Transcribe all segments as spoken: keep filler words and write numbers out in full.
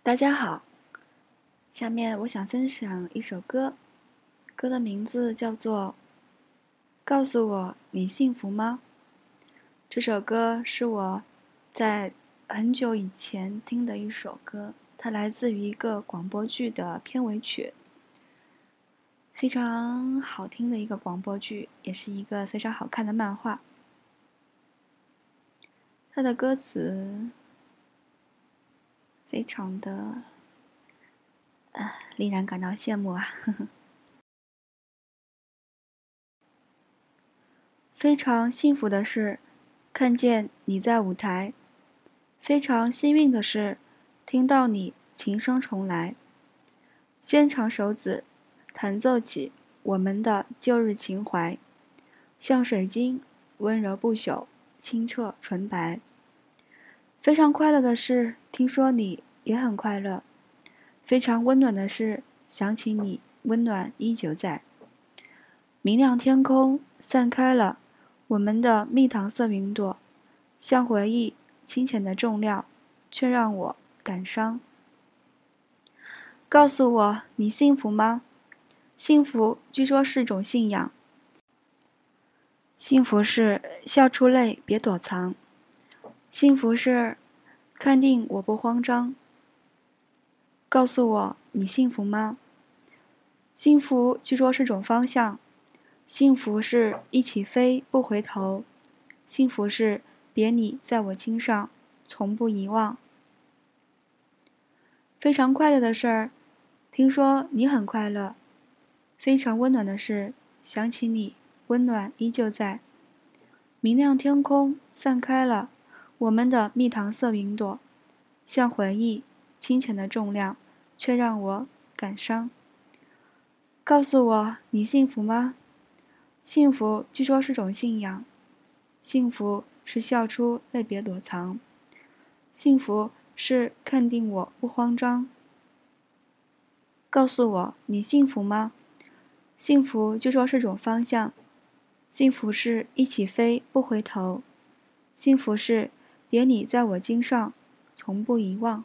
大家好，下面我想分享一首歌，歌的名字叫做《告诉我你幸福吗》。这首歌是我在很久以前听的一首歌，它来自于一个广播剧的片尾曲，非常好听的一个广播剧，也是一个非常好看的漫画。它的歌词非常的呃，令人感到羡慕啊！呵呵。非常幸福的是，看见你在舞台；非常幸运的是，听到你琴声重来。纤长手指弹奏起我们的旧日情怀，像水晶，温柔不朽，清澈纯白。非常快乐的是，听说你也很快乐。非常温暖的是，想起你，温暖依旧在。明亮天空散开了我们的蜜糖色云朵，像回忆清浅的重量，却让我感伤。告诉我你幸福吗？幸福据说是种信仰。幸福是笑出泪别躲藏。幸福是看定我不慌张。告诉我你幸福吗？幸福据说是种方向。幸福是一起飞不回头。幸福是别你在我心上，从不遗忘。非常快乐的事儿，听说你很快乐。非常温暖的事，想起你，温暖依旧在。明亮天空散开了我们的蜜糖色云朵，像回忆清浅的重量，却让我感伤。告诉我你幸福吗？幸福据说是种信仰。幸福是笑出泪别躲藏。幸福是看定我不慌张。告诉我你幸福吗？幸福据说是种方向。幸福是一起飞不回头。幸福是别你在我心上，从不遗忘。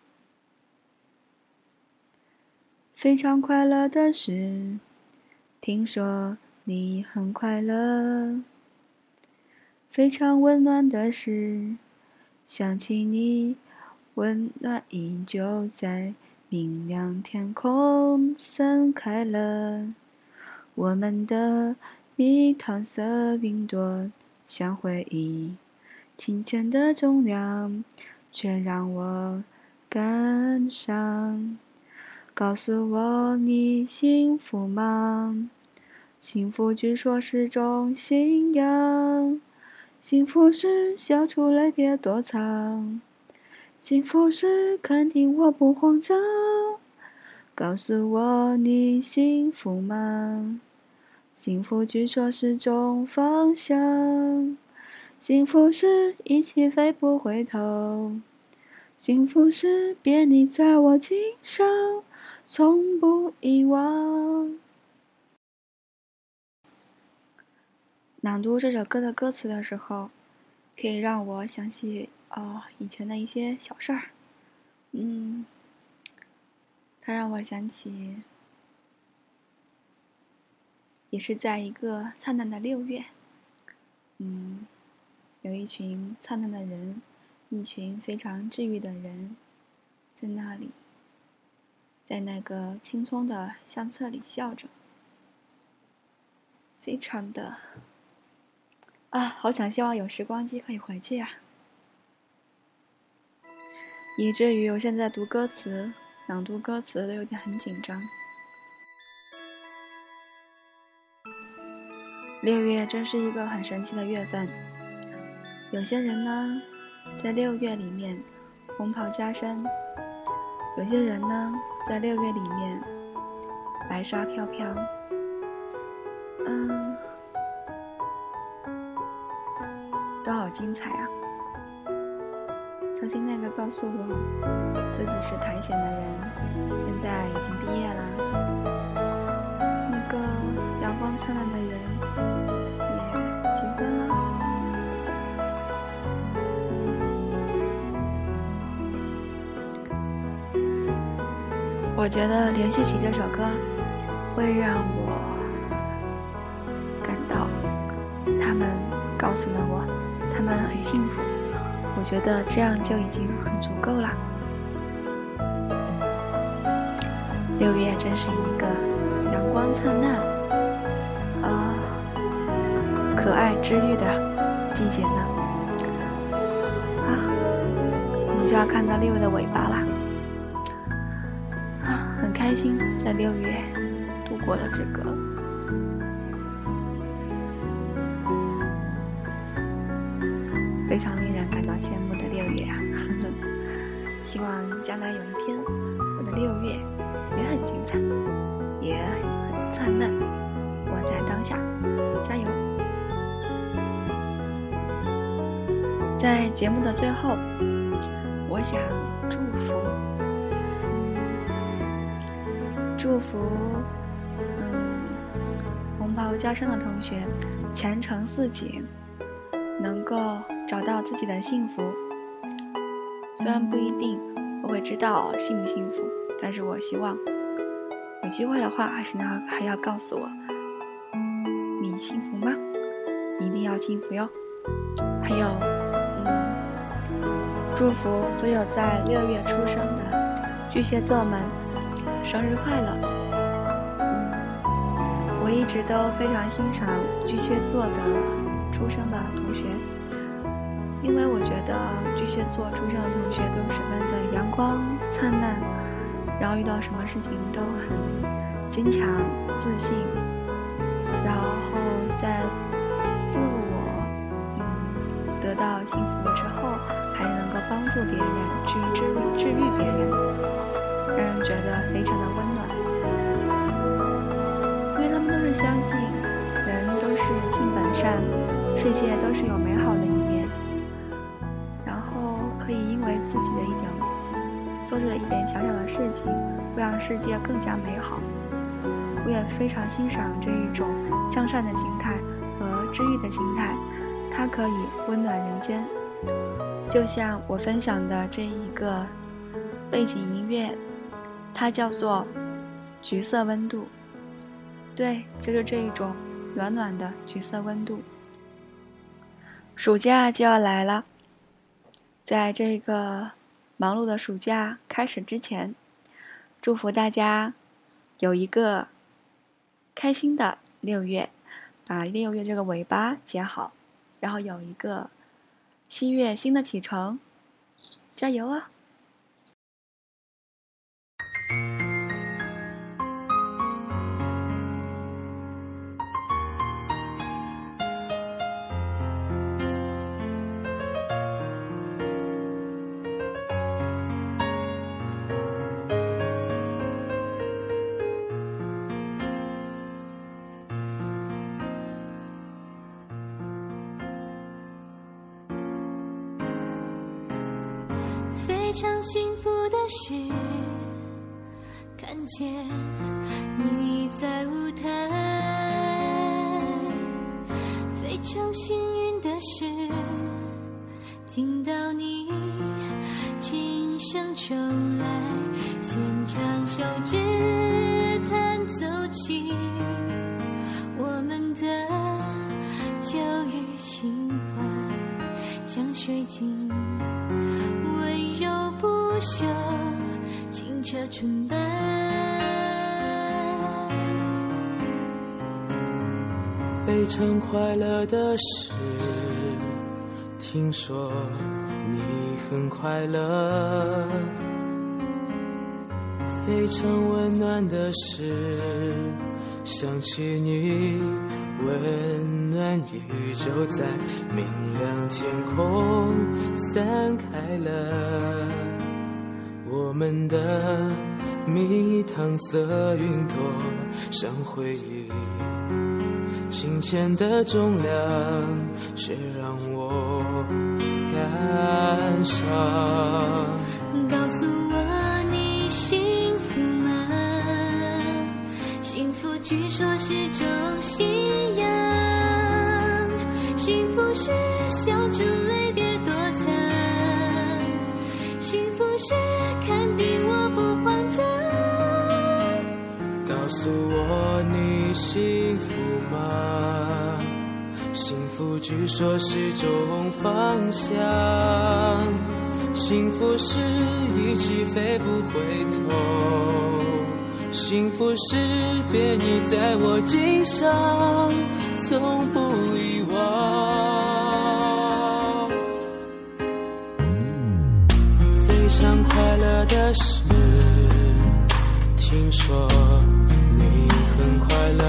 非常快乐的是，听说你很快乐。非常温暖的是，想起你，温暖依旧在。明亮天空散开了我们的蜜糖色云朵，像回忆清浅的重量，却让我感伤。告诉我你幸福吗？幸福据说是种信仰。幸福是笑出泪别躲藏。幸福是看定我不慌张。告诉我你幸福吗？幸福据说是种方向。幸福是一起飞不回头。幸福是别你在我心上，从不遗忘。朗读这首歌的歌词的时候，可以让我想起哦以前的一些小事儿。嗯，它让我想起，也是在一个灿烂的六月，嗯，有一群灿烂的人，一群非常治愈的人，在那里，在那个青葱的相册里笑着，非常的啊，好想希望有时光机可以回去呀，以至于我现在读歌词、朗读歌词都有点很紧张。六月真是一个很神奇的月份，有些人呢，在六月里面红袍加身，有些人呢，在六月里面白纱飘飘。嗯，都好精彩啊！曾经那个告诉我自己是苔藓的人，现在已经毕业啦。那个阳光灿烂的人也结婚了。 我觉得连续起这首歌会让我感到他们告诉了我他们很幸福，我觉得这样就已经很足够了。六月真是一个阳光灿烂啊、呃、可爱治愈的季节呢。啊，我们就要看到六月的尾巴了啊，很开心在六月度过了这个非常令人感到羡慕的六月啊！希望将来有一天，我的六月也很精彩，也很灿烂。活在当下，加油！在节目的最后，我想祝福，祝福，嗯，红袍加身的同学前程似锦，能够找到自己的幸福。虽然不一定我会知道幸不幸福，但是我希望有机会的话还是要还要告诉我你幸福吗？你一定要幸福哟。还有嗯，祝福所有在六月出生的巨蟹座们生日快乐。嗯，我一直都非常欣赏巨蟹座的出生的同学，因为我觉得巨蟹座出生的同学都十分的阳光灿烂，然后遇到什么事情都很坚强自信，然后在自我嗯得到幸福之后，还能够帮助别人去治愈治愈别人，让人觉得非常的温暖。因为他们都是相信人都是性本善，世界都是有美好的一面，然后可以因为自己的一点做出了一点小小的事情，会让世界更加美好。我也非常欣赏这一种向善的心态和治愈的心态，它可以温暖人间。就像我分享的这一个背景音乐，它叫做橘色温度，对，就是这一种暖暖的橘色温度。暑假就要来了，在这个忙碌的暑假开始之前，祝福大家有一个开心的六月，把六月这个尾巴结好，然后有一个七月新的启程，加油啊！ 非常幸福的是，看见你在舞台；非常幸运的是，听到你轻声传来，现场手指弹奏起我们的旧日情怀，像水晶温柔不朽，清澈纯白。 非常快乐的是，听说你很快乐。非常温暖的是，想起你温暖宇宙在明亮天空散开了，我们的蜜糖色云朵像回忆，金钱的重量却让我感伤。 告诉我你幸福吗？幸福据说是种信仰，幸福是笑着泪别躲藏，幸福是肯定我不慌张。 告诉我你幸福吗？幸福据说是种方向，幸福是一起飞不回头，幸福是别你在我心上，从不遗忘。非常快乐的是，听说你很快乐。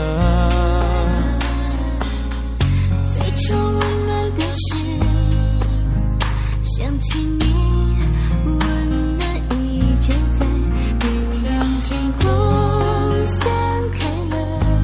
非常温暖的是，想起你温暖依旧在明亮天空散开了，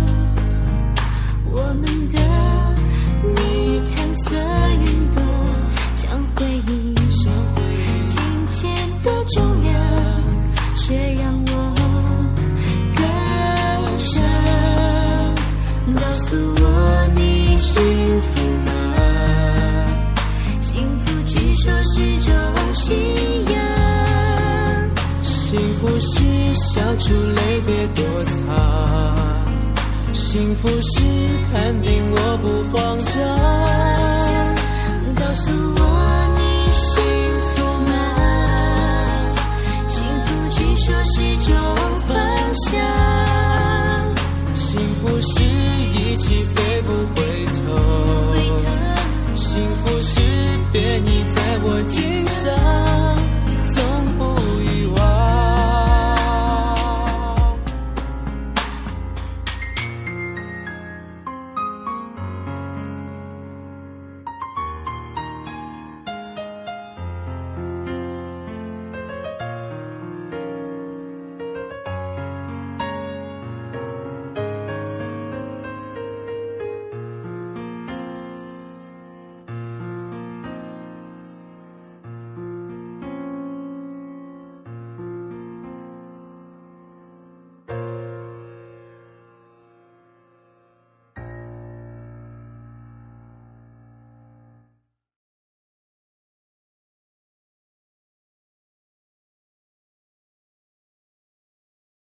我们的泥潭色云朵像回忆，亲切的重量却让我更深。告诉我你幸福吗？幸福据说是种信仰， 幸福是笑出泪别躲藏，幸福是肯定我不慌张。 告诉我你幸福吗？幸福据说是种方向， 幸福是一起飞不回头，幸福是别你在我心